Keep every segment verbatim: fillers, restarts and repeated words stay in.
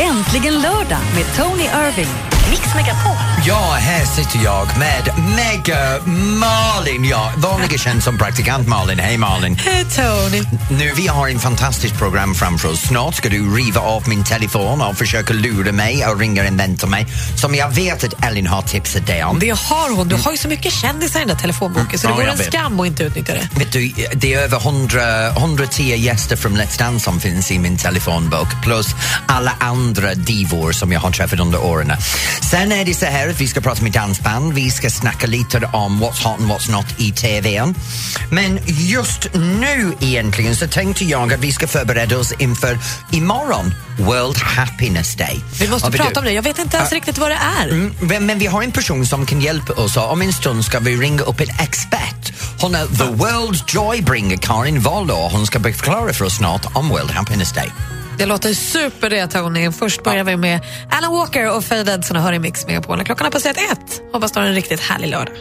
Äntligen lördag med Tony Irving. Mix Megapol. Ja, här sitter jag med Mega Malin. Ja, vanligen känd som praktikant Malin. Hej Malin. Hej Tony. Nu, vi har en fantastisk program framför oss. Snart ska du riva av min telefon och försöka lura mig och ringa en vän till mig. Som jag vet att Ellen har tipsat dig om. Det har hon. Du har ju så mycket kändisar i den där telefonboken. Så det Ja, vore jag en vet. skam att inte utnyttja det. Vet du, det är över hundra, hundratio gäster från Let's Dance som finns i min telefonbok. Plus alla andra divor som jag har träffat under åren. Sen är det så här att vi ska prata med dansband. Vi ska snacka lite om what's hot and what's not i tvn. Men just nu egentligen så tänkte jag att vi ska förbereda oss inför imorgon, World Happiness Day. Vi måste och prata du, om det. Jag vet inte ens uh, riktigt vad det är. Mm, men, men vi har en person som kan hjälpa oss. Om en stund ska vi ringa upp en expert. Hon är The World's Joybringer, Karin Wall. Hon ska förklara för oss snart om World Happiness Day. Det låter super det, Tony. Först börjar vi med Alan Walker och Faded som hör i Mix Megapol. Klockan har passerat ett. Hoppas du har en riktigt härlig lördag.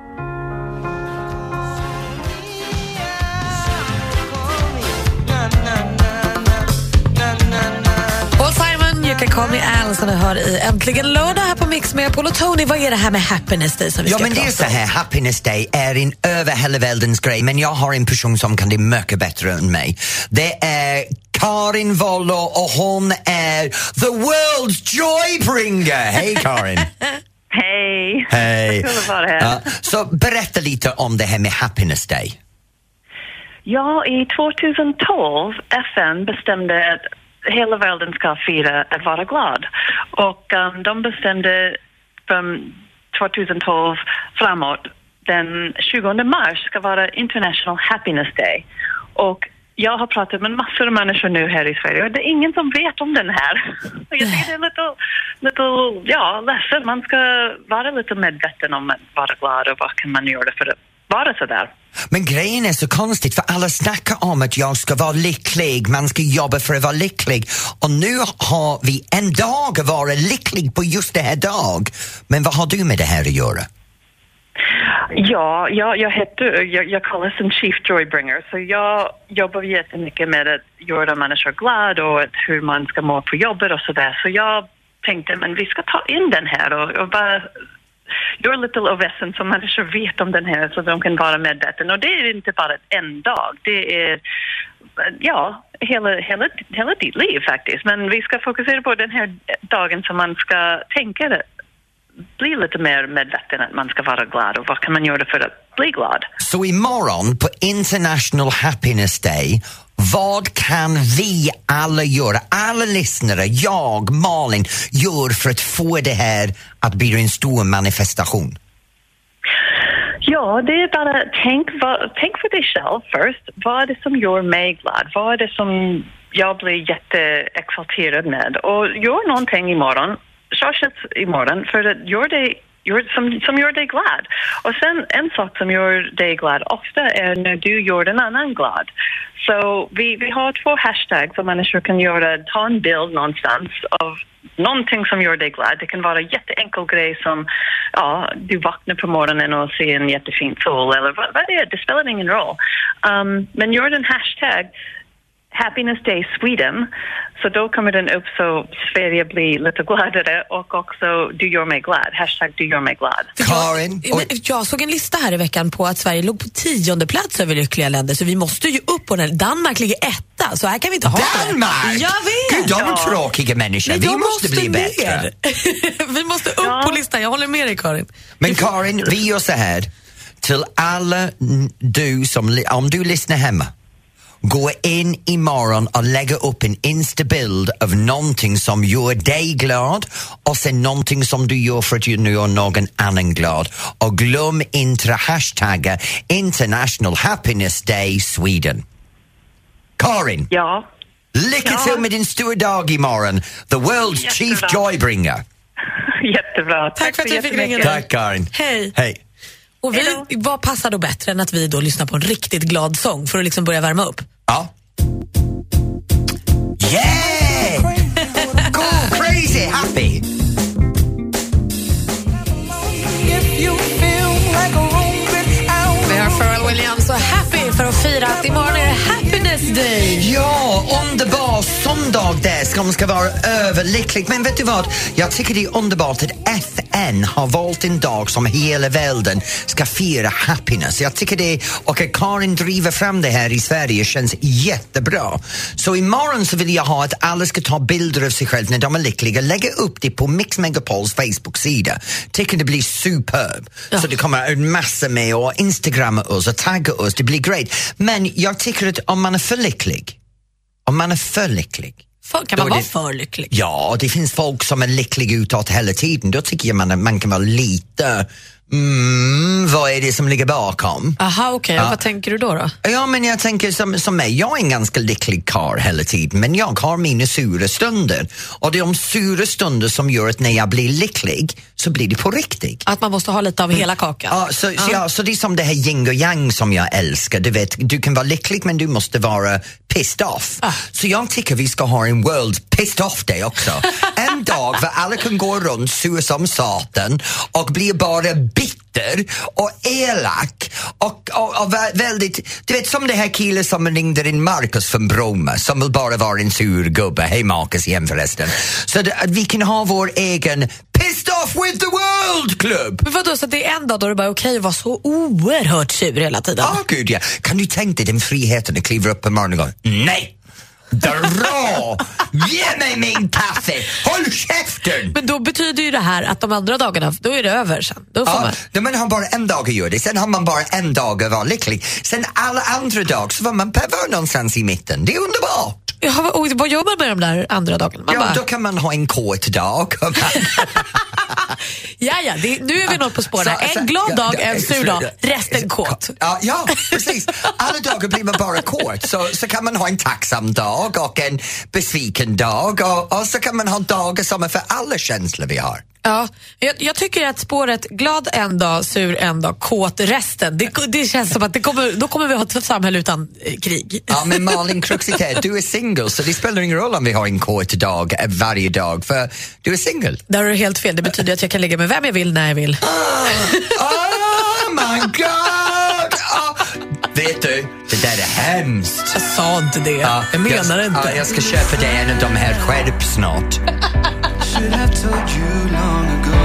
Paul Simon, You Can Call Me Al, som du hör i Äntligen lördag här på Mix Megapol. Och Tony, vad är det här med Happiness Day som vi ja, ska men prata det är så här, Happiness Day är en över hela världens grej, men jag har en person som kan det mycket bättre än mig. Det är Karin Wall och hon är The World's Joybringer. Hej Karin. Hej. Hej. Kul att vara här. Ja, så berätta lite om det här med Happiness Day. Ja, i tjugohundratolv F N bestämde att hela världen ska fira att vara glad. Och um, de bestämde från tjugotolv framåt den tjugonde mars ska vara International Happiness Day. Och jag har pratat med massor av människor nu här i Sverige och det är ingen som vet om den här. Jag tycker det är lite, lite ja, ledsen. Man ska vara lite medveten om att vara glad och vad kan man göra för att vara så där. Men grejen är så konstigt för alla snackar om att jag ska vara lycklig, man ska jobba för att vara lycklig. Och nu har vi en dag att vara lycklig på just det här dag. Men vad har du med det här att göra? Ja, jag, jag, heter, jag, jag kallas en Chief Joybringer, så jag jobbar jättemycket med att göra människor glada och att hur man ska må på jobbet och sådär. Så jag tänkte, men vi ska ta in den här och, och bara göra lite oväsen så människor vet om den här så de kan vara medvetna. Och det är inte bara en dag, det är ja, hela, hela, hela ditt liv faktiskt. Men vi ska fokusera på den här dagen som man ska tänka det. Bli lite mer medveten att man ska vara glad och vad kan man göra för att bli glad. Så imorgon på International Happiness Day, vad kan vi alla göra, alla lyssnare, jag, Malin, gör för att få det här att bli en stor manifestation? Ja, det är bara tänk, vad, tänk för dig själv först. Vad är det som gör mig glad? Vad är det som jag blir jätteexalterad med? Och gör någonting imorgon. Särskilt imorgon för att gör dig, gör, som, som gör dig glad. Och sen en sak som gör dig glad ofta är när du gör en annan glad. Så vi, vi har två hashtags som människor kan göra. Ta en bild någonstans av någonting som gör dig glad. Det kan vara en jätteenkel grej som ja, du vaknar på morgonen och ser en jättefin sol eller vad, vad det är. Det spelar ingen roll. Um, men gör en hashtag Happiness Day Sweden, så då kommer den upp så Sverige blir lite gladare och också du gör mig glad. Hashtag du gör mig glad. Karin? Jag, jag såg en lista här i veckan på att Sverige låg på tionde plats över lyckliga länder, så vi måste ju upp på den. Danmark ligger etta, så här kan vi inte ha det. Danmark? Jag vet! Gud, de är ja. tråkiga människor. Nej, vi måste, måste bli ner. bättre. Vi måste upp ja. på listan, jag håller med dig Karin. Men Karin, vi gör så här. Till alla du som, om du lyssnar hemma, gå in imorgon och lägga upp en instabild av någonting som gör dig glad och sen någonting som du gör för att göra någon annan glad. Och glöm inte hashtagga International Happiness Day Sweden. Karin, Ja. lycka Ja. till med din stora dag imorgon. The World's Jättebra. Chief Joybringer. Jättebra. Tack, Tack för att du fick ringa. Tack Karin. Hej. Hej. Och vi, vad passar då bättre än att vi då lyssnar på en riktigt glad sång för att liksom börja värma upp? Ja. Yeah! Go crazy happy! Vi har Pharrell Williams och Happy för att fira att imorgon är Happiness Day. Ja, underbar söndag dag där som ska vara överlycklig. Men vet du vad? Jag tycker det är underbart att F N har valt en dag som hela världen ska fira happiness. Jag tycker det, och att Karin driver fram det här i Sverige känns jättebra. Så imorgon så vill jag ha att alla ska ta bilder av sig själv när de är lyckliga, lägga upp det på Mix Megapols Facebook-sida. Tycker det blir superb. Ja. Så det kommer en massa med och Instagramma oss och tagga oss. Det blir great. Men jag tycker att om man är för lycklig, om man är för lycklig, för, kan man vara det, för lycklig? Ja, det finns folk som är lyckliga utåt hela tiden. Då tycker jag man, man kan vara lite... Mm, vad är det som ligger bakom? Aha, okej. Okay. Ja. Vad tänker du då då? Ja, men jag tänker som, som mig. Jag är en ganska lycklig karl hela tiden, men jag har mina sura stunder. Och det är de sura stunder som gör att när jag blir lycklig så blir det på riktigt. Att man måste ha lite av hela kakan. Ja, så, ja. Så, ja, så det är som det här yin och yang som jag älskar. Du vet, du kan vara lycklig men du måste vara pissed off. Ah. Så jag tycker vi ska ha en World Pissed Off Day också. En dag där alla kan gå runt sur som satan och bli bara bitter och elak och, och, och väldigt, du vet som det här killen som ringde in Marcus från Bromma som vill bara vara en sur gubbe. Hej Marcus igen förresten. Så att vi kan ha vår egen Pissed Off with the World Club. Men vadå, så det är en dag då det bara okej okay, var så oerhört sur hela tiden? Ja, oh, gud ja. Kan du tänka dig den friheten att kliva upp på morgonen och gå, nej! Dra! Ge mig min kaffe! Håll käften! Men då betyder ju det här att de andra dagarna, då är det över sen. Då får ja, man... då man har bara en dag att göra det. Sen har man bara en dag att vara lycklig. Sen alla andra dagar så var man var någonstans i mitten. Det är underbart! Ja, och vad gör man med de där andra dagarna? Man ja, bara... då kan man ha en kort dag. ja, ja, det, nu är vi något på spåren. En glad dag, en sur dag, resten kort. Ja, ja, precis. Alla dagar blir man bara kort. Så, så kan man ha en tacksam dag och en besviken dag. Och, och så kan man ha dagar som är för alla känslor vi har. Ja, jag, jag tycker att spåret glad en dag, sur en dag, kåt resten. Det, det känns som att det kommer, då kommer vi ha ett samhälle utan eh, krig. Ja, men Malin Kruxität, du är single så det spelar ingen roll om vi har en kåt dag varje dag för du är single. Där har du helt fel. Det betyder att jag kan ligga med vem jag vill när jag vill. Oh, oh my god! Oh. Vet du, det där är hemskt. Jag sa inte det. Ja, jag menar jag, inte. Ja, jag ska köpa dig en av de här skärp snart. Should have told you long ago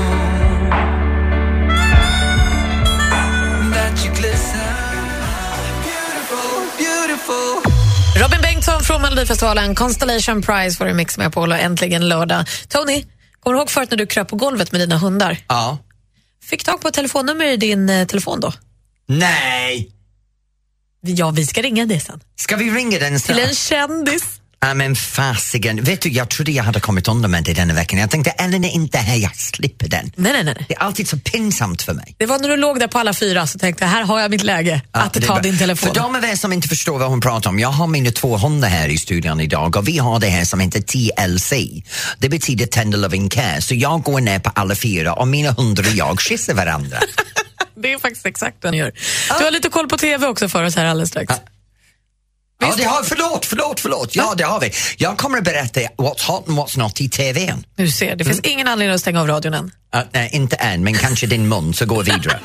that you glisten beautiful, beautiful. Robin Bengtsson från Melodifestivalen, Constellation Prize för Mix med Paul och äntligen lördag. Tony, kommer du ihåg förut när du kröp på golvet med dina hundar? Ja. Fick tag på ett telefonnummer i din eh, telefon då? Nej. Ja, vi ska ringa det sen. Ska vi ringa den sen? Till en kändis. Ja, men fasiken. Vet du, jag trodde jag hade kommit undan med det denna veckan. Jag tänkte, Ellen är inte här, jag slipper den. Nej, nej, nej. Det är alltid så pinsamt för mig. Det var när du låg där på alla fyra så tänkte jag, här har jag mitt läge ja, att ta din telefon. För de av er som inte förstår vad hon pratar om, jag har mina två hundar här i studion idag och vi har det här som heter T L C. Det betyder Tender Loving Care. Så jag går ner på alla fyra och mina hundar och jag kysser varandra. Det är faktiskt exakt vad ni gör. Du har lite koll på T V också för oss här alldeles strax. Ja. Ja, det har, förlåt, förlåt, förlåt. Ja, det har vi. Jag kommer att berätta what's hot and what's not i T V:n. Du ser, det finns mm. ingen anledning att stänga av radion än. Uh, nej, inte än, men kanske din mun, så går vidare.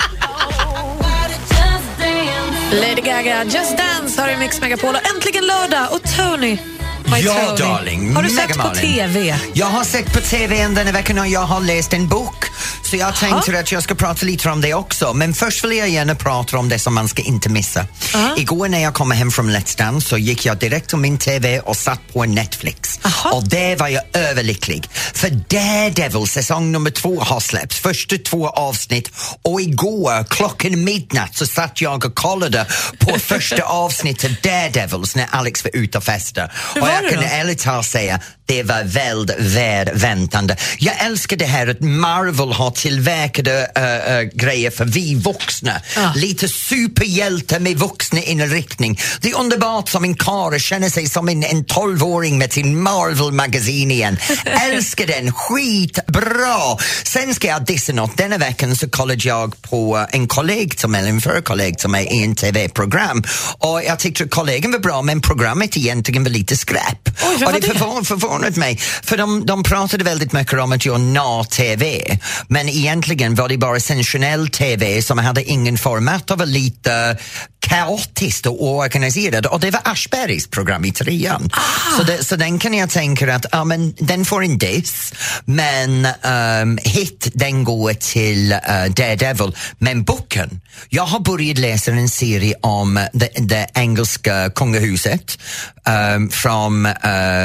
Lady Gaga, Just Dance har i Mix Megapol och äntligen lördag. Och Tony, My ja, Tony. darling. Har du Mega sett på Malin. T V? Jag har sett på T V den här veckan och jag har läst en bok. Så jag tänkte att jag ska prata lite om det också. Men först vill jag gärna prata om det som man ska inte missa. Uh-huh. Igår när jag kom hem från Let's Dance så gick jag direkt till min T V och satt på Netflix. Uh-huh. Och där var jag överlycklig. För Daredevil säsong nummer två har släppts. Första två avsnitt. Och igår klockan midnatt så satt jag och kollade på första avsnittet Daredevils när Alex var ute och festade. Och jag kan ärligt talat säga det var väldigt välväntande. Jag älskar det här att Marvel har tillverkade uh, uh, grejer för vi vuxna. Ja. Lite superhjälte med vuxna inriktning. Det är underbart som en karl känner sig som en, en tolvåring med sin Marvel-magasin igen. Älskar den, skitbra. Sen ska jag dissa något. Denna veckan så kollade jag på en kollega som är en förkollega som är i en T V-program. Och jag tyckte att kollegan var bra men programmet egentligen var lite skräp. Oj, och det förvånade förvån mig. För de, de pratade väldigt mycket om att göra na-T V. Men egentligen var det bara sensationell T V som hade ingen format av lite kaotiskt och oorganiserad. Och det var Aschbergs program i trean. Ah. Så, det, så den kan jag tänka att ja, men den får en diss. Men um, hit den går till uh, Daredevil. Men boken, jag har börjat läsa en serie om det, det engelska kungahuset um, från uh,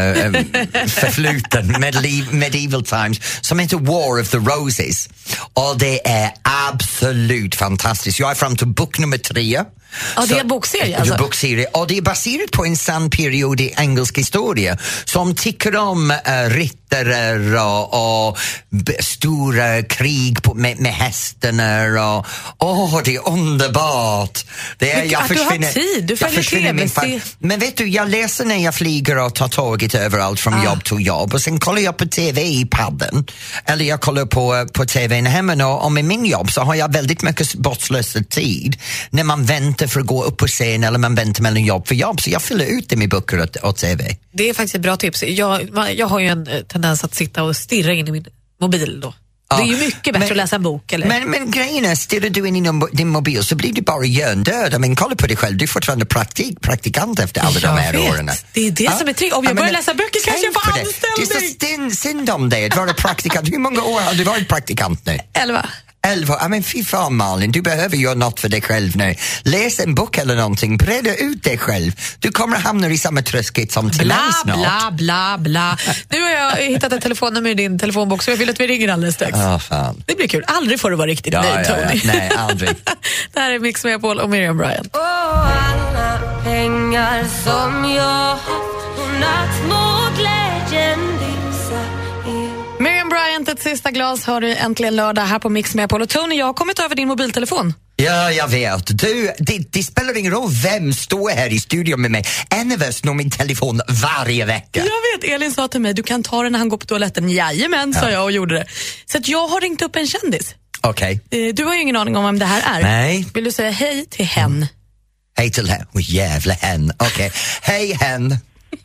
förfluten medieval, medieval times som heter War of the Roses. Och det är absolut fantastiskt. Jag är fram till bok nummer tre. Ja, det är en bokserie alltså. bokserie. Och det är baserat på en sann period i engelsk historia som tycker om uh, rittare och, och b- stora krig på, med, med hästarna och åh, oh, det är underbart. Det är, Men, jag att du har tid, du följer T V. Men vet du, jag läser när jag flyger och tar tåget överallt från ah. jobb till jobb och sen kollar jag på T V i padden eller jag kollar på, på T V:n hemma och, och med min jobb så har jag väldigt mycket bortslösad tid när man väntar för att gå upp på scen eller man väntar mellan jobb för jobb, så jag fyller ut det med böcker och, och T V. Det är faktiskt ett bra tips. Jag, jag har ju en tendens att sitta och stirra in i min mobil då. Ja. Det är ju mycket bättre men, att läsa en bok. Eller? Men, men grejen är, stirrar du in i din mobil så blir du bara hjärndöd. Men kolla på dig själv, du är fortfarande praktik, praktikant efter alla de här vet. åren. Det är det ja. som är trick. Om jag ja, börjar läsa böcker kanske jag får anställning. Det är så synd om dig att vara praktikant. Hur många år har du varit praktikant nu? Elva. Elva, ja men fy fan Malin, du behöver göra något för dig själv nu. Läs en bok eller någonting, breda ut dig själv. Du kommer hamna i samma tröskigt som till mig snart. Bla, bla, bla. Nu har jag hittat ett telefonnummer i din telefonbok så jag vill att vi ringer alldeles strax. Ja, fan. Det blir kul. Aldrig får du vara riktigt ja, nöjd, ja, Tony. Ja. Nej, aldrig. Det här är Mix med Paul och Miriam Bryant. Och alla pengar som jag haft och natt må glädjen dipsa er. Miriam Bryant, ett sista glas har du äntligen lördag här på Mix med Paul och Tony. Jag har kommit över din mobiltelefon. Ja, jag vet. Du, det, det spelar ingen roll vem står här i studion med mig. En av oss når min telefon varje vecka. Jag vet, Elin sa till mig, du kan ta den när han går på toaletten. Jajamän, sa ja. jag och gjorde det. Så att jag har ringt upp en kändis. Okej. Okay. Du har ju ingen aning om vem det här är. Nej. Vill du säga hej till hen? Mm. Hej till hen. Åh, oh, jävla hen. Okej. Okay. Hej, hen.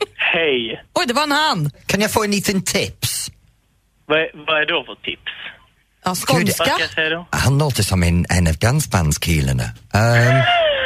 Hej. Oj, det var en han. Kan jag få en liten tips? Vad är, vad är då för tips? Ja, skånska. Vad ska jag säga då? Han låter som en, en av dansbandskillarna. Um...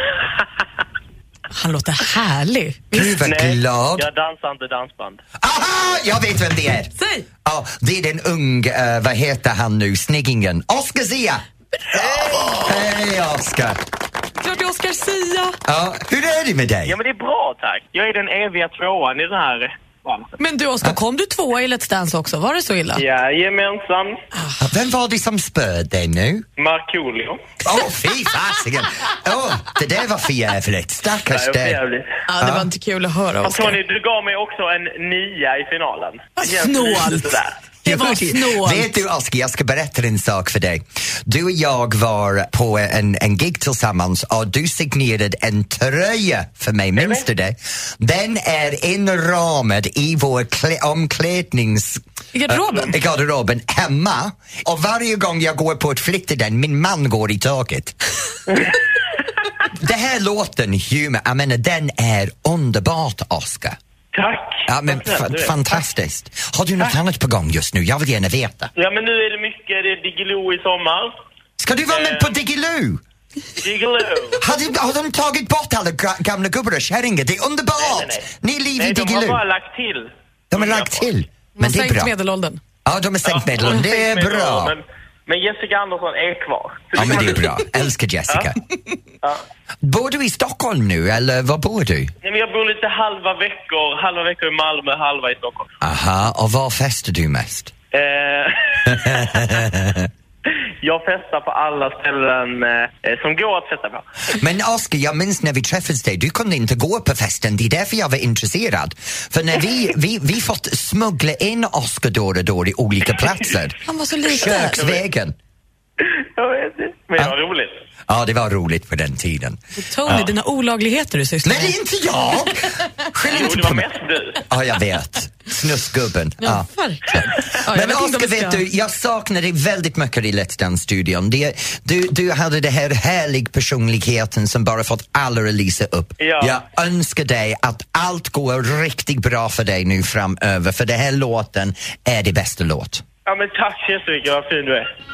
Han låter härlig. Gud vad Nej, glad. jag dansar inte dansband. Aha, jag vet vem det är. Säg. Ja, det är den ung, uh, vad heter han nu, sniggingen. Oscar Zia. Hej Oscar. Klart det är Oscar Zia. Ja, hur är det med dig? Ja men det är bra tack. Jag är den eviga tvåan i den här. Men du Oscar, kom du tvåa i Let's Dance också? Var det så illa? Jajamensan. Ah, vem var det som spöd dig nu? Markoolio. Åh, oh, fy fasiken. Åh, oh, det där var för jävligt. Stackars det. Ja, det var inte kul att höra, Oscar. Tony, du gav mig också en nia i finalen. Snålt. Det var snålt. Vet du Oskar, jag ska berätta en sak för dig. Du och jag var på en, en gig tillsammans och du signerade en tröja för mig, minns du det? Den är inramad i vår klä- omklädnings... I garderoben? Äh, i garderoben hemma. Och varje gång jag går på ett flytta den, min man går i taket. Det här låten, humor, jag menar, den är underbart, Oskar. Tack. Ja, men f- fantastiskt. Har du något Tack. annat på gång just nu? Jag vill gärna veta. Ja, men nu är det mycket, det är Diggiloo i sommar. Ska du vara med på Diggiloo? Diggiloo. Har, de, har de tagit bort alla ga- gamla gubbar och kärringar? Det är underbart! Nej, nej, nej. Ni lever i Diggiloo. de har bara lagt till. De har lagt till. Men de det är bra. medelåldern. Ja, de har sänkt ja, medelåldern. Det är bra. Men, men Jessica Andersson är kvar. Ja, men det är bra. Älskar Jessica. Ja. Bor du i Stockholm nu, eller var bor du? Nej, men jag bor lite halva veckor. Halva veckor i Malmö, halva i Stockholm. Aha, och var festar du mest? Eh... Jag festar på alla ställen eh, som går att festa på. Men Oskar, jag minns när vi träffades dig, du kunde inte gå på festen, det är därför jag var intresserad. För när vi, vi, vi fått smuggla in Oskar då och då i olika platser. Han var så liten. Köksvägen. Jag vet inte, men det var ja. roligt. Ja, det var roligt på den tiden. Tony, ja. dina olagligheter du sysslar med. Nej, det är inte jag! Skyll jo, inte det var på mig. mest du. Ja, jag vet. Snuskgubben. Ja, ja. verkligen. Ja, men Oskar, vet du, jag saknar dig väldigt mycket i Let's Dance-studion. Du, du hade den här härlig personligheten som bara fått alla att lysa upp. Ja. Jag önskar dig att allt går riktigt bra för dig nu framöver, för den här låten är det bästa låt. Ja, men tack så jättemycket, vad fin du är. Ja.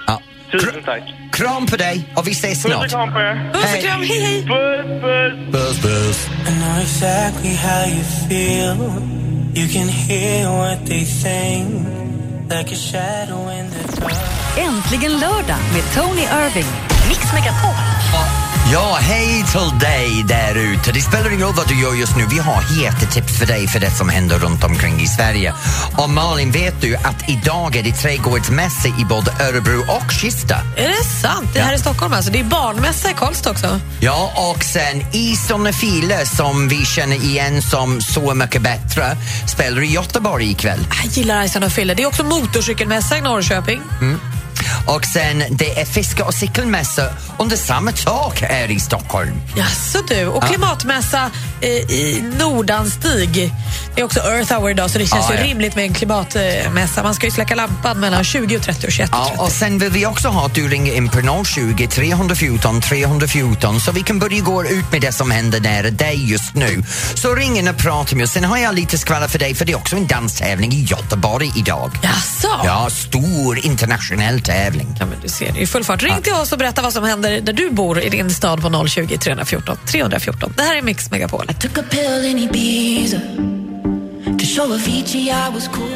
Tusen tack. Kram på dig och vi ses snart. Puss och kram på er. Puss och kram, hej hej. Puss, puss. Puss, puss. I know exactly how you feel. You can hear what they think. Like a shadow in the dark. Äntligen lördag med Tony Irving. Mix Megapol. Ja, hej till dig där ute. Det spelar ingen roll vad du gör just nu. Vi har jättetips för dig för det som händer runt omkring i Sverige. Och Malin, vet du att idag är det trädgårdsmässa i både Örebro och Kista? Är det sant? Det här ja. i Stockholm alltså. Det är barnmässa i Karlstad också. Ja, och sen Ison och File som vi känner igen som Så mycket bättre spelar i Göteborg ikväll. Jag gillar Ison och File. Det är också motorcykelmässa i Norrköping. Mm. Och sen det är fiske- och cykelmässa under samma tak här i Stockholm. Jaså du, och klimatmässa eh, i Nordanstig. Det är också Earth Hour idag så det känns ja, ju ja. rimligt med en klimatmässa. Man ska ju släcka lampan mellan tjugo och trettio och tjugoett och trettio. Ja, och sen vill vi också ha att du ringer in på noll tjugo, tre fjorton, tre fjorton så vi kan börja gå ut med det som händer nära dig just nu. Så ring in och prata med oss. Sen har jag lite skvaller för dig för det är också en danstävling i Göteborg idag. Jaså? Ja, stor internationell tävling. Ja, men du ser, det är full fart. Ring till oss och berätta vad som händer där du bor i din stad på noll tjugo, tre fjorton, tre fjorton. Det här är Mix Megapol. I took a pill in Ibiza to show Avicii I was cool.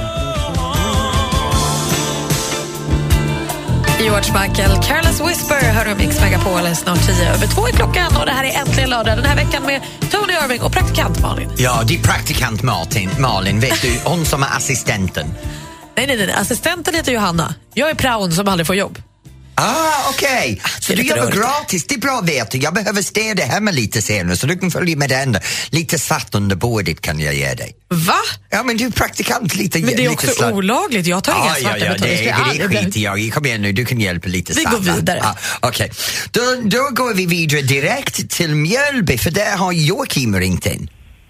George Michael, Careless Whisper, hör du Mix Megapol, snart tio över två i klockan och det här är äntligen lördag den här veckan med Tony Irving och praktikant Malin. Ja, det är praktikant Martin, Malin, vet du, hon som är assistenten. Nej, nej, nej, assistenten heter Johanna. Jag är praon som aldrig får jobb. Ah, okej. Okay. Så du jobbar gratis, det är bra vet du. Jag behöver städa hemma lite senare så du kan följa med den. Lite satt under bordet kan jag ge dig. Va? Ja, men du är praktikant lite. Men det är lite också slatt. olagligt, jag tar ah, inga svarta ja, ja, betalar. det, det, det skiter jag i. Kom igen nu, du kan hjälpa lite Vi satt. går vidare. Ah, okej, okay. då, då går vi vidare direkt till Mjölby för där har Joakim ringt in.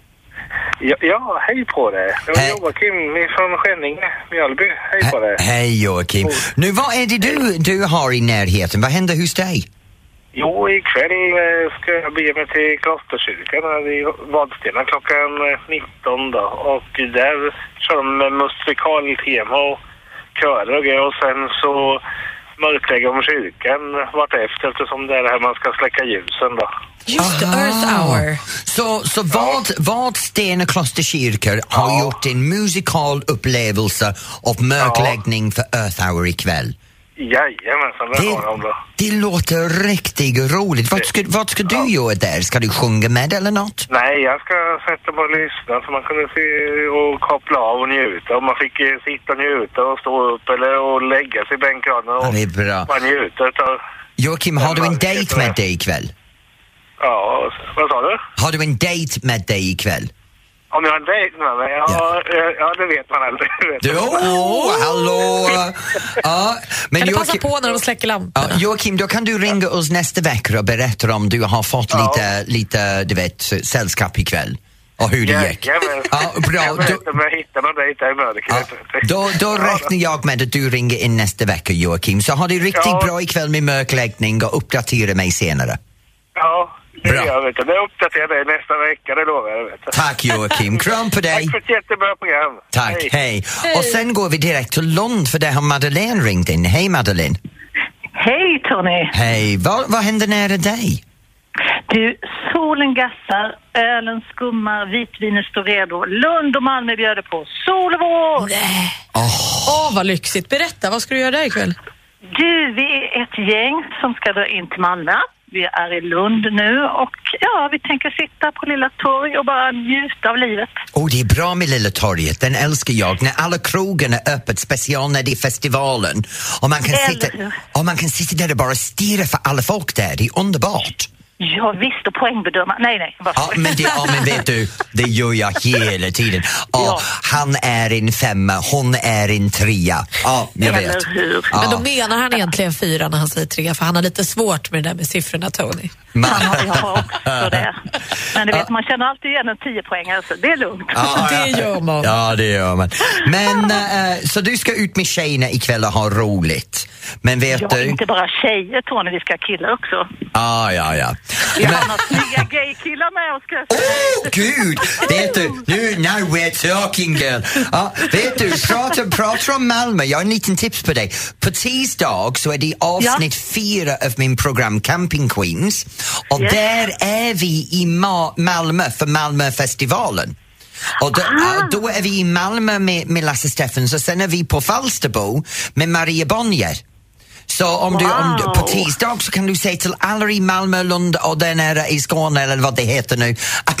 Ja, ja, hej på dig. Jag Hej. är Joakim från Skänninge, Mjölby. Hej på dig. Hej Joakim. Nu, vad är det du, du har i närheten? Vad händer hos dig? Jo, ikväll eh, ska jag bege mig till Klosterkyrkan här i Vadstena klockan nitton då. Och där kör de med musikaltema och körer och grejer. Och sen så mörklägger om kyrkan vartefter eftersom det är det här man ska släcka ljusen då. Just the Aha. Earth Hour. Så, så vad, vad Stena Klosterkyrkor har Ja. gjort en musikal upplevelse av mörkläggning för Earth Hour ikväll? Jajamensan, det har de då. Det låter riktigt roligt. Vad ska, vad ska du göra där? Ska du sjunga med eller något? Nej, jag ska sätta mig och lyssna så man kunde se och koppla av och njuta. Och man fick eh, sitta och njuta och stå upp eller och lägga sig i bänkraden och Ja, det är bra. bara njuta. Utav... Joakim, har du en dejt med dig ikväll? Ja, vad sa du? Har du en dejt med dig ikväll? Om jag har en dejt med mig? Ja, Ja. ja. ja det vet man aldrig. Du, oh, hallå! Ja, men Kan du passa Joakim, på när de släcker lamporna? ja, Joakim, då kan du ringa oss nästa vecka och berätta om du har fått Ja. lite, lite, du vet, sällskap ikväll. Och hur det gick. Jajamän. Ja, bra. Jag vet Då, inte om jag hittar någon dejt där i mörkret. ja, då, då räknar jag med att du ringer in nästa vecka, Joakim. Så har det riktigt Ja. bra ikväll med mörkläggning och uppdatera mig senare. Ja, det Bra. jag vet jag. Det uppdaterar dig nästa vecka, det lovar jag. Vet jag. Tack Joakim, kram på dig. Tack för ett jättebra program. Tack, Hej. hej. Hej. Och sen går vi direkt till Lund för där har Madeleine ringt in. Hej Madeleine. Hej Tony! Hej, vad, vad händer nära dig? Du, solen gassar, ölen skummar, vitvinet står redo. Lund och Malmö bjöd på sol och vår! Nej. Åh, vad lyxigt. Berätta, vad ska du göra där ikväll? Du, vi är ett gäng som ska dra in till Malmö. Vi är i Lund nu och ja, vi tänker sitta på Lilla Torg och bara njuta av livet. Oh, det är bra med Lilla torget, den älskar jag. När alla krogarna är öppet, speciellt när det är festivalen. Och man kan, Eller sitta, hur? och man kan sitta där och bara stirra för alla folk där, det är underbart. Ja visst, och poängbedöma. Nej, nej. Bara Ja, men, det, ja, men vet du, det gör jag hela tiden. Ja, Ja. Han är en femma, hon är en trea. Ja, jag vet. Eller hur? Ja. Men då menar han egentligen fyra när han säger tre, för han har lite svårt med det där med siffrorna, Tony. Han har, jag har också det. Men du vet, man känner alltid igen en tio poäng, alltså. Det är lugnt. Ja, Det gör man. Ja, det gör man. Men, äh, så du ska ut med tjejerna ikväll och ha roligt. Men vet Ja, du... inte bara tjejer, Tony, vi ska ha killar också. Ah, ja, ja. Vi har några snygga gaykillar med oss. Åh, oh, gud! Vet du, nu, now we're talking girl. Ja, vet du, pratar, pratar om Malmö, jag har en liten tips på dig. På tisdag så är det avsnitt ja. fyra av min program Camping Queens. Och yes. där är vi i Ma- Malmö för Malmöfestivalen. Och då, ah. då är vi i Malmö med, med Lasse Steffens och sen är vi på Falsterbo med Maria Bonnier. Så om, wow. du, om du på tisdag så kan du säga till alla i Malmö, Lund och där nere i Skåne eller vad det heter nu att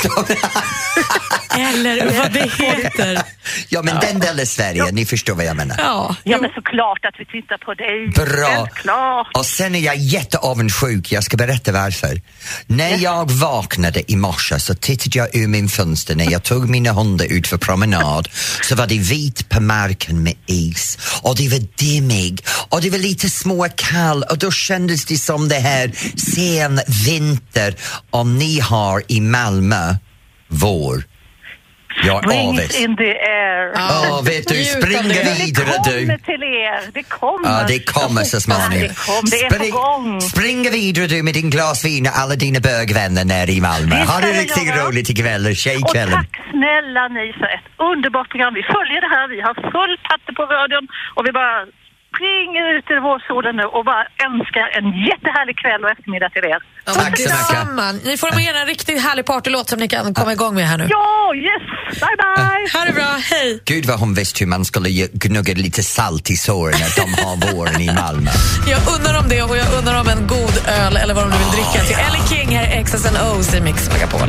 eller vad det heter. Ja, men ja. den delen Sverige, ja. ni förstår vad jag menar. Ja, ja men såklart att vi tittar på dig. Bra. Och sen är jag jätteavundsjuk, jag ska berätta varför. När ja. jag vaknade i morse så tittade jag ur min fönster när jag tog mina hundar ut för promenad, så var det vit på marken med is och det var dimmig och det var lite små kall och då kändes det som det här sen vinter om ni har i Malmö vår. Jag är avis. In the air. Ja, oh, vet du, springa vidare du. Det kommer till er, det kommer. Ja, det kommer så småningom. Det, kom, det är Spring, på gång. Springa vidare du med din glas vin och alla dina bögvänner nere i Malmö. Har du riktigt roligt ikväll och tjejkvällen. Och tack snälla ni för ett underbart program. Vi följer det här, vi har full patte på radion och vi bara springer ut i vårsolen nu och bara önskar en jättehärlig kväll och eftermiddag till er. Ja, tack så mycket. Ni får med en riktigt härlig partylåt som ni kan komma igång med här nu. Ja, yes! Bye bye! Ha det bra, hej! Gud vad hon visste hur man skulle gnugga lite salt i såren när de har våren i Malmö. Jag undrar om det och jag undrar om en god öl eller vad de vill dricka till. Ellie King här, X's and O's i Mix Megapol.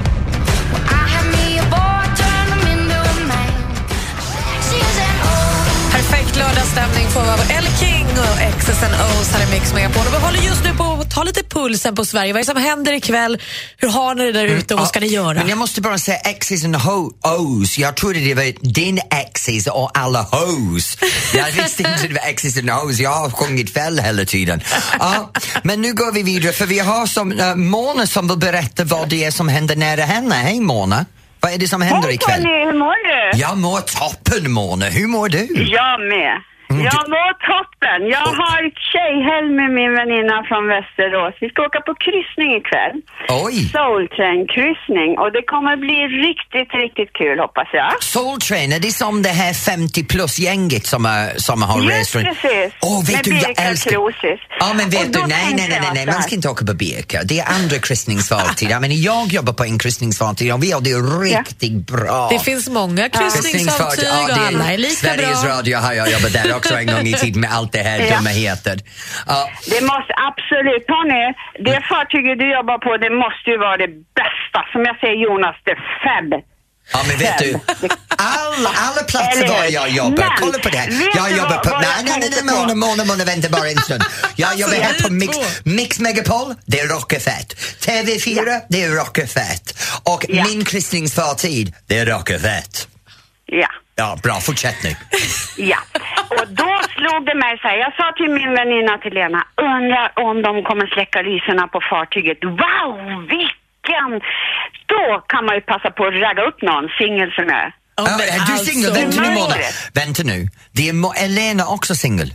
Perfekt lördagsstämning får vara Ellie King och X's and O's här i Mix Megapol. Och vi håller just nu på att ta lite pulsen på Sverige. Vad är det som händer ikväll? Hur har ni det där ute och vad ska ni göra? Men jag måste bara säga X's and O's. Jag trodde det var din X's och alla O's. Jag visste inte det var X's and O's. Jag har sjungit fel hela tiden. Ja, men nu går vi vidare för vi har som uh, Mona som vill berätta vad det är som händer nära henne. Hej Mona. Vad är det som händer ikväll? Hej hur mår du? Jag mår toppen, Mona. Hur mår du? Jag med. Mm, jag du... mår toppen. Jag oh. har tjejhelg med min väninna från Västerås. Vi ska åka på kryssning ikväll. Oj. Soul Train kryssning. Och det kommer bli riktigt, riktigt kul hoppas jag. Soul Train, är det som det här femtio plus gänget som, är, som har rest runt? Just precis. Oh, vet med du, Birka jag älskar... Krosis. Ja, men vet du, nej, nej, nej, nej, nej, man ska inte åka på Birka. Det är andra kryssningsfartyg. Jag menar, jag jobbar på en kryssningsfartyg och vi har det riktigt ja. bra. Det finns många kryssningsfartyg ja, och alla är lika Sveriges bra. Radio har jag jobbat där också en gång i tiden med allt det här ja. dumheter. Uh, det måste absolut, Tony, det fartyget du jobbar på, det måste ju vara det bästa. Som jag säger Jonas, det är fab. Ja, men vet du, alla, alla platser var jag jobbar. Men, kolla på det här. Jag jobbar på... Nej, nej, nej, nej, Mona, Mona, Mona, vänta bara en stund. Jag jobbar här på Mix, Mix Megapol, det är rockefett. T V fyra, ja. det är rockefett. Och ja. min kryssningsfartid, det är rockefett. Ja. Ja, bra, fortsätt nu. Ja, och då slog det mig så här. Jag sa till min väninna till Lena, undrar om de kommer släcka lyserna på fartyget. Wow, vilken! Då kan man ju passa på att ragga upp någon singel som är. Oh, ja, är du alltså, singel? Vänta nu, Mona. Vänta nu. Det är Mo- Elena också singel?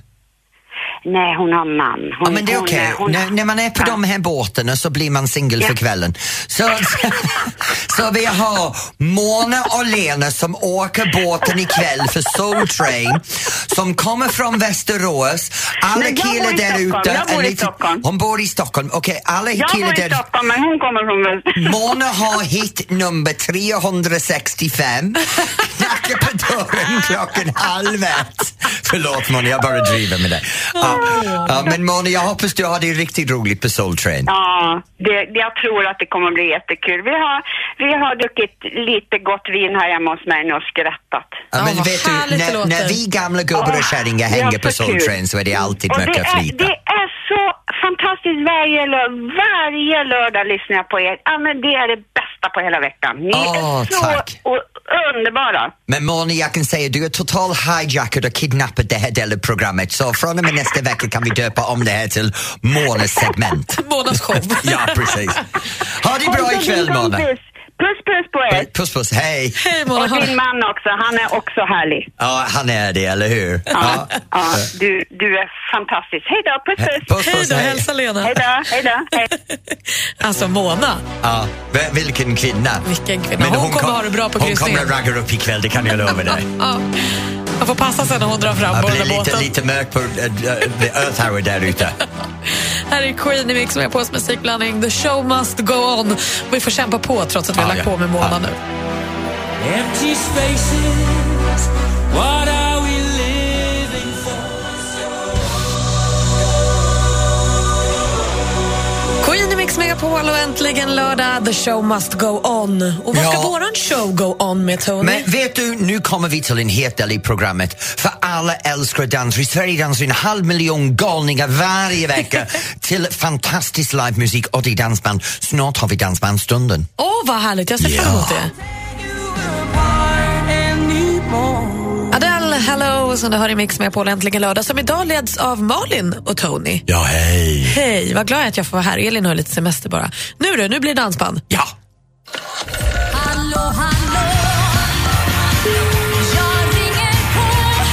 Nej, hon har man. Hon, ja, men det är okej. Okay. När, när man är på ja. de här båtarna så blir man singel ja. för kvällen. Så, så, så vi har Mona och Lena som åker båten ikväll för Soul Train som kommer från Västerås. Alla killar där ute. Jag bor i Stockholm. Hon bor i Stockholm. Okej, okay, alla jag killar bor i där. Stockholm, men hon kommer från Västerås. Mona har hit nummer tre sextiofem. Knackar på dörren klockan halv ett. Förlåt Mona, jag bara driver med det. Ja, ja, men Mona, jag hoppas du har det riktigt roligt på Soul Train. Ja, det, jag tror att det kommer bli jättekul. Vi har, vi har druckit lite gott vin här hemma hos mig nu och skrattat. Ja, men ja, vet du, när, när vi gamla gubbar och kärringar ja, hänger på Soul kul. Train så är det alltid mycket flita. Det är så fantastiskt varje, lör- varje lördag lyssnar jag på er. Ja, men det är det bästa på hela veckan. Ni oh, är så tack. Och, underbara. Men Mona, jag kan säga du är total hijackad och kidnappad det här delen av programmet. Så från och med nästa vecka kan vi döpa om det här till Monas segment. Monas show. Ja, precis. Ha det bra ikväll, Mona. Puss, puss på er. Puss, puss, hej. Hej, Mona. Och din man också, han är också härlig. Ja, han är det, eller hur? Ja, ja. ja du, du är fantastisk. Hej då, puss, puss. Puss, Hej puss, då, hej. hälsa Lena. Hej då, hej då. Hej. Alltså Mona. Ja, v- vilken kvinna. Vilken kvinna. Hon, hon kommer kom, ha det bra på hon kryssningen. Hon kommer ragga upp ikväll, det kan jag lova dig. Ja. Man får passa sig när hon drar fram Jag på den blir där lite, båten. lite mörk på uh, uh, the Earth Hour där ute. Här är Queen i Mix med på oss musikblandning. The show must go on. Vi får kämpa på trots att vi har Ja, lagt ja. på med Mona Ja. nu. Empty spaces, what are we living for? Queen i Mix Megapol och äntligen lördag. The show must go on. Och vad ska Ja. våran show go on med, Tony? Men vet du, nu kommer vi till en het del i programmet. För alla älskar dans. I Sverige dansar en halv miljon galningar varje vecka till fantastisk livemusik och i dansband. Snart har vi dansbandstunden. Åh, oh, vad härligt. Jag ser fram emot det. Adele, hello, som du hör i Mix med på äntligen lördag, som idag leds av Malin och Tony. Ja, hej. Hej, vad glad jag att jag får vara här. Elin har lite semester bara. Nu då, nu blir det dansband. Ja. Hallå, hallå, jag ringer på.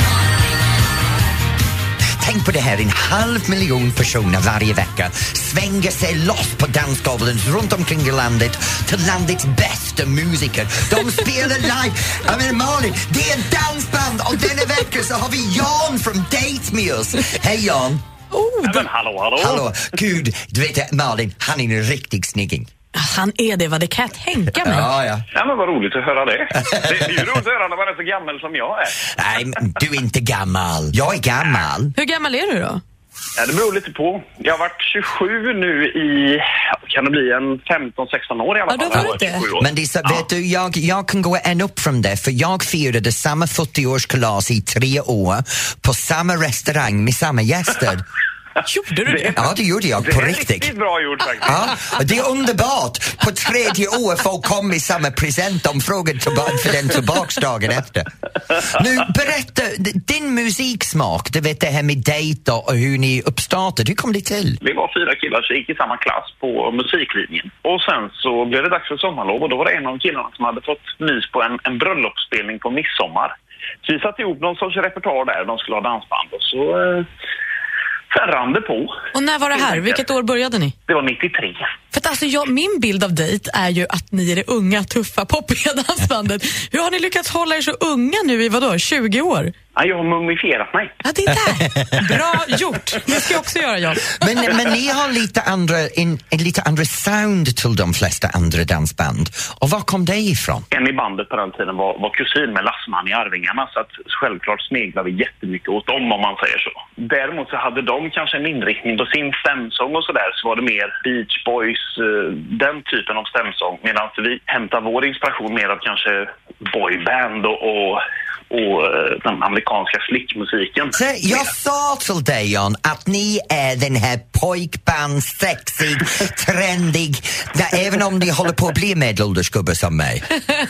Tänk på det här, en halv miljon personer varje vecka svänger sig loss på dansgolven runt omkring i landet till landets bästa musiker. De spelar live. Jag menar Malin, det är en dansband och denna vecka så har vi Jan från Date med oss. Hej Jan. Oh, Ja, men hallå, hallå. Hallå, gud, du vet Malin, han är en riktig snigging. han är det, vad det kan jag tänka mig. Ja, ja. Ja, men vad roligt att höra det. Det är ju roligt att höra när man är så gammal som jag är. Nej, men du är inte gammal. Jag är gammal. Hur gammal är du då? Ja, det beror lite på. Jag har varit tjugosju nu i, kan det bli en femton sexton år i alla Ja, fall. då var Jag det tjugosju det. år. Men det är så, vet du, jag, jag kan gå en upp från det, för jag firade samma fyrtioårskalas i tre år på samma restaurang med samma gäster. Gjorde du det? Ja, det gjorde jag Det på är riktigt. riktigt bra gjort faktiskt. Ja, och det är underbart. På tredje år folk kom med samma present. De frågade tillbaka för den tillbaks dagen efter. Nu, berätta, d- din musiksmak, du vet det här med dejt och hur ni uppstartade, hur kom det till? Vi var fyra killar som gick i samma klass på musiklinjen. Och sen så blev det dags för sommarlov och då var det en av killarna som hade fått nys på en, en bröllopsspelning på midsommar. Så vi satte ihop någon sorts repertoar där, de skulle ha dansband och så... Eh, Sen rann det på. Och när var det här? Vilket år började ni? Det var nittiotre. För att alltså jag, min bild av dejt är ju att ni är det unga, tuffa, poppiga dansbandet. Hur har ni lyckats hålla er så unga nu i vadå, tjugo år? Ja, jag har mumifierat mig. Ja, det är där. Bra gjort. Det ska jag också göra, John. Men, men ni har lite andra, en, en lite andra sound till de flesta andra dansband. Och var kom det ifrån? En i bandet på den tiden var, var kusin med Lassman i Arvingarna, så att självklart sneglade vi jättemycket åt dem om man säger så. Däremot så hade de kanske en inriktning på sin stämsång och sådär, så var det mer Beach Boys, eh, den typen av stämsång, medan vi hämtar vår inspiration mer av kanske boyband och, och och den amerikanska flickmusiken. Så jag sa till dig, Jan, att ni är den här pojkband, sexig, trendig, där, även om ni håller på att bli medelåldersgubbar som mig.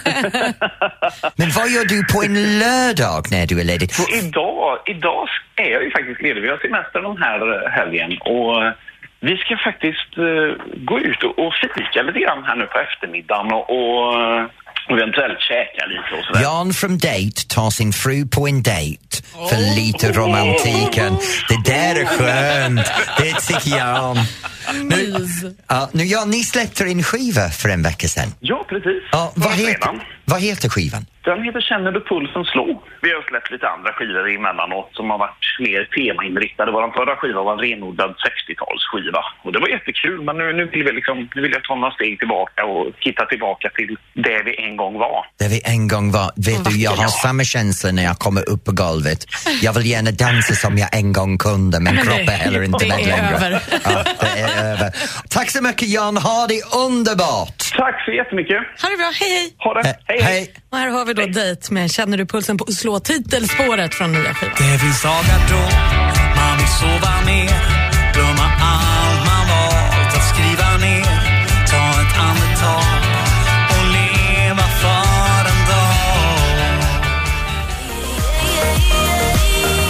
Men vad gör du på en lördag när du är ledig? Så idag, idag är jag ju faktiskt ledig. Vi har semester den här helgen och vi ska faktiskt uh, gå ut och, och fika lite grann här nu på eftermiddagen och, och eventuellt käka lite och sådär. Jan från Date tar sin fru på en dejt för lite romantiken. Det där är skönt. Det tycker jag om. Nu, ja, nu, ja, ni släppte en skiva för en vecka sedan. Ja, precis. Ja, vad, Förra heter, fredagen. vad heter skivan? Den heter Känner du pulsen slå? Vi har släppt lite andra skivor emellanåt som har varit mer temainriktade. Vår förra skiva var en renodlad sextiotalsskiva. Och det var jättekul, men nu, nu, vill vi liksom, nu vill jag ta några steg tillbaka och hitta tillbaka till det vi en gång var. Det vi en gång var. Vet du, jag har samma känsla när jag kommer upp på golvet. Jag vill gärna dansa som jag en gång kunde, men kroppen är heller inte Det med är längre. över. Ja, det är över. Tack så mycket, Jan. Ha det underbart. Tack så jättemycket. Ha det bra, hej hej. Ha det. Hej, hej. Hej. Och här har vi då dejt med Känner du pulsen på slå titelspåret från nya skivan. Det finns dagar då man vill sova mer, glömma allt man valt att skriva ner, ta ett andetag och leva för en dag.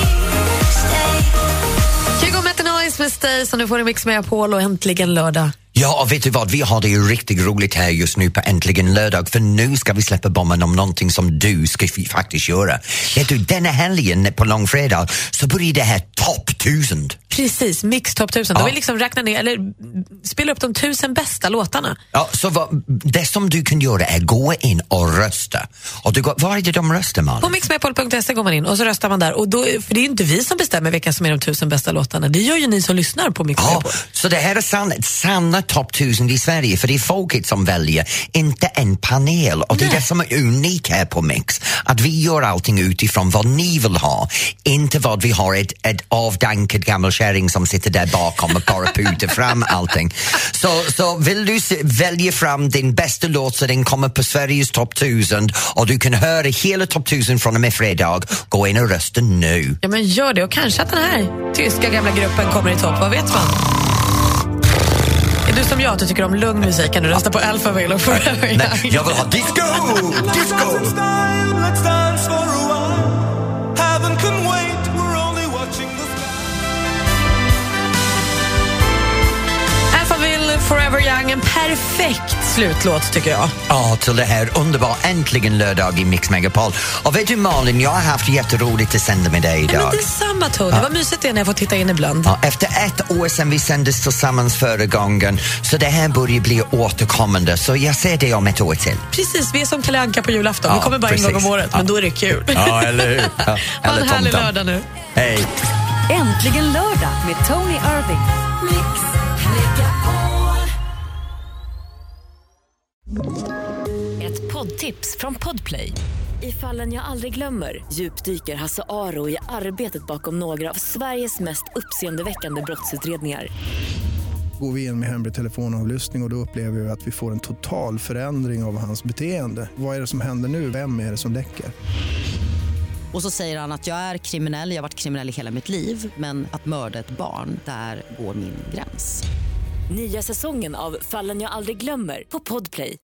Kygo Metanoise med Stay som du får i Mix med Apollo och äntligen lördag. Ja, och vet du vad? Vi har det ju riktigt roligt här just nu på Äntligen lördag, för nu ska vi släppa bomben om någonting som du ska faktiskt göra. Vet du, denna helgen på långfredag så börjar det här topp tusen. Precis, mix topp tusen. Ja. Då vill liksom räkna ner, eller spela upp de tusen bästa låtarna. Ja, så vad, det som du kan göra är gå in och rösta. Och du går, var är det de röstar, Malin? På mixmepol punkt se går man in och så röstar man där. Och då, för det är ju inte vi som bestämmer vilka som är de tusen bästa låtarna. Det gör ju ni som lyssnar på Mixmepol. Ja, så det här är sann, sanna topp tusen i Sverige, för det är folket som väljer, inte en panel. Och det är det som är unikt här på Mix. Att vi gör allting utifrån vad ni vill ha. Inte vad vi har ett, ett avdankad gammal kärring som sitter där bakom och bara putar fram allting. Så, så vill du se, välja fram din bästa låt så den kommer på Sveriges topp tusen och du kan höra hela topp tusen från och med fredag, gå in och rösta nu. Ja, men gör det, och kanske att den här tyska gamla gruppen kommer i topp, vad vet man? Är du som jag att du tycker om lugn musik, kan du rösta på Alphaville och Forever Young? Nej, jag vill ha disco! Disco! Forever Young, en perfekt slutlåt tycker jag. Ja, till det här underbara Äntligen lördag i Mix Megapol. Och vet du, Malin, jag har haft jätteroligt att sända med dig idag. Ja, men det är samma, Tony. Ja. Vad mysigt det är när jag får titta in ibland. Ja, efter ett år sedan vi sändes tillsammans förra gången, så det här börjar bli återkommande, så jag ser det om ett år till. Precis, vi är som Kalle Anka på julafton. Ja, vi kommer bara precis. en gång om året, ja. men då är det kul. Ja, eller hur? Ja, ha en härlig lördag nu. Hej. Äntligen lördag med Tony Irving. Mix Megapol. Ett poddtips från Podplay. I Fallen jag aldrig glömmer djupdyker Hasse Aro i arbetet bakom några av Sveriges mest uppseendeväckande brottsutredningar. Går vi in med hemlig telefonavlyssning och, och då upplever vi att vi får en total förändring av hans beteende. Vad är det som händer nu? Vem är det som läcker? Och så säger han att jag är kriminell, jag har varit kriminell i hela mitt liv, men att mörda ett barn, där går min gräns. Nya säsongen av Fallen jag aldrig glömmer på Podplay.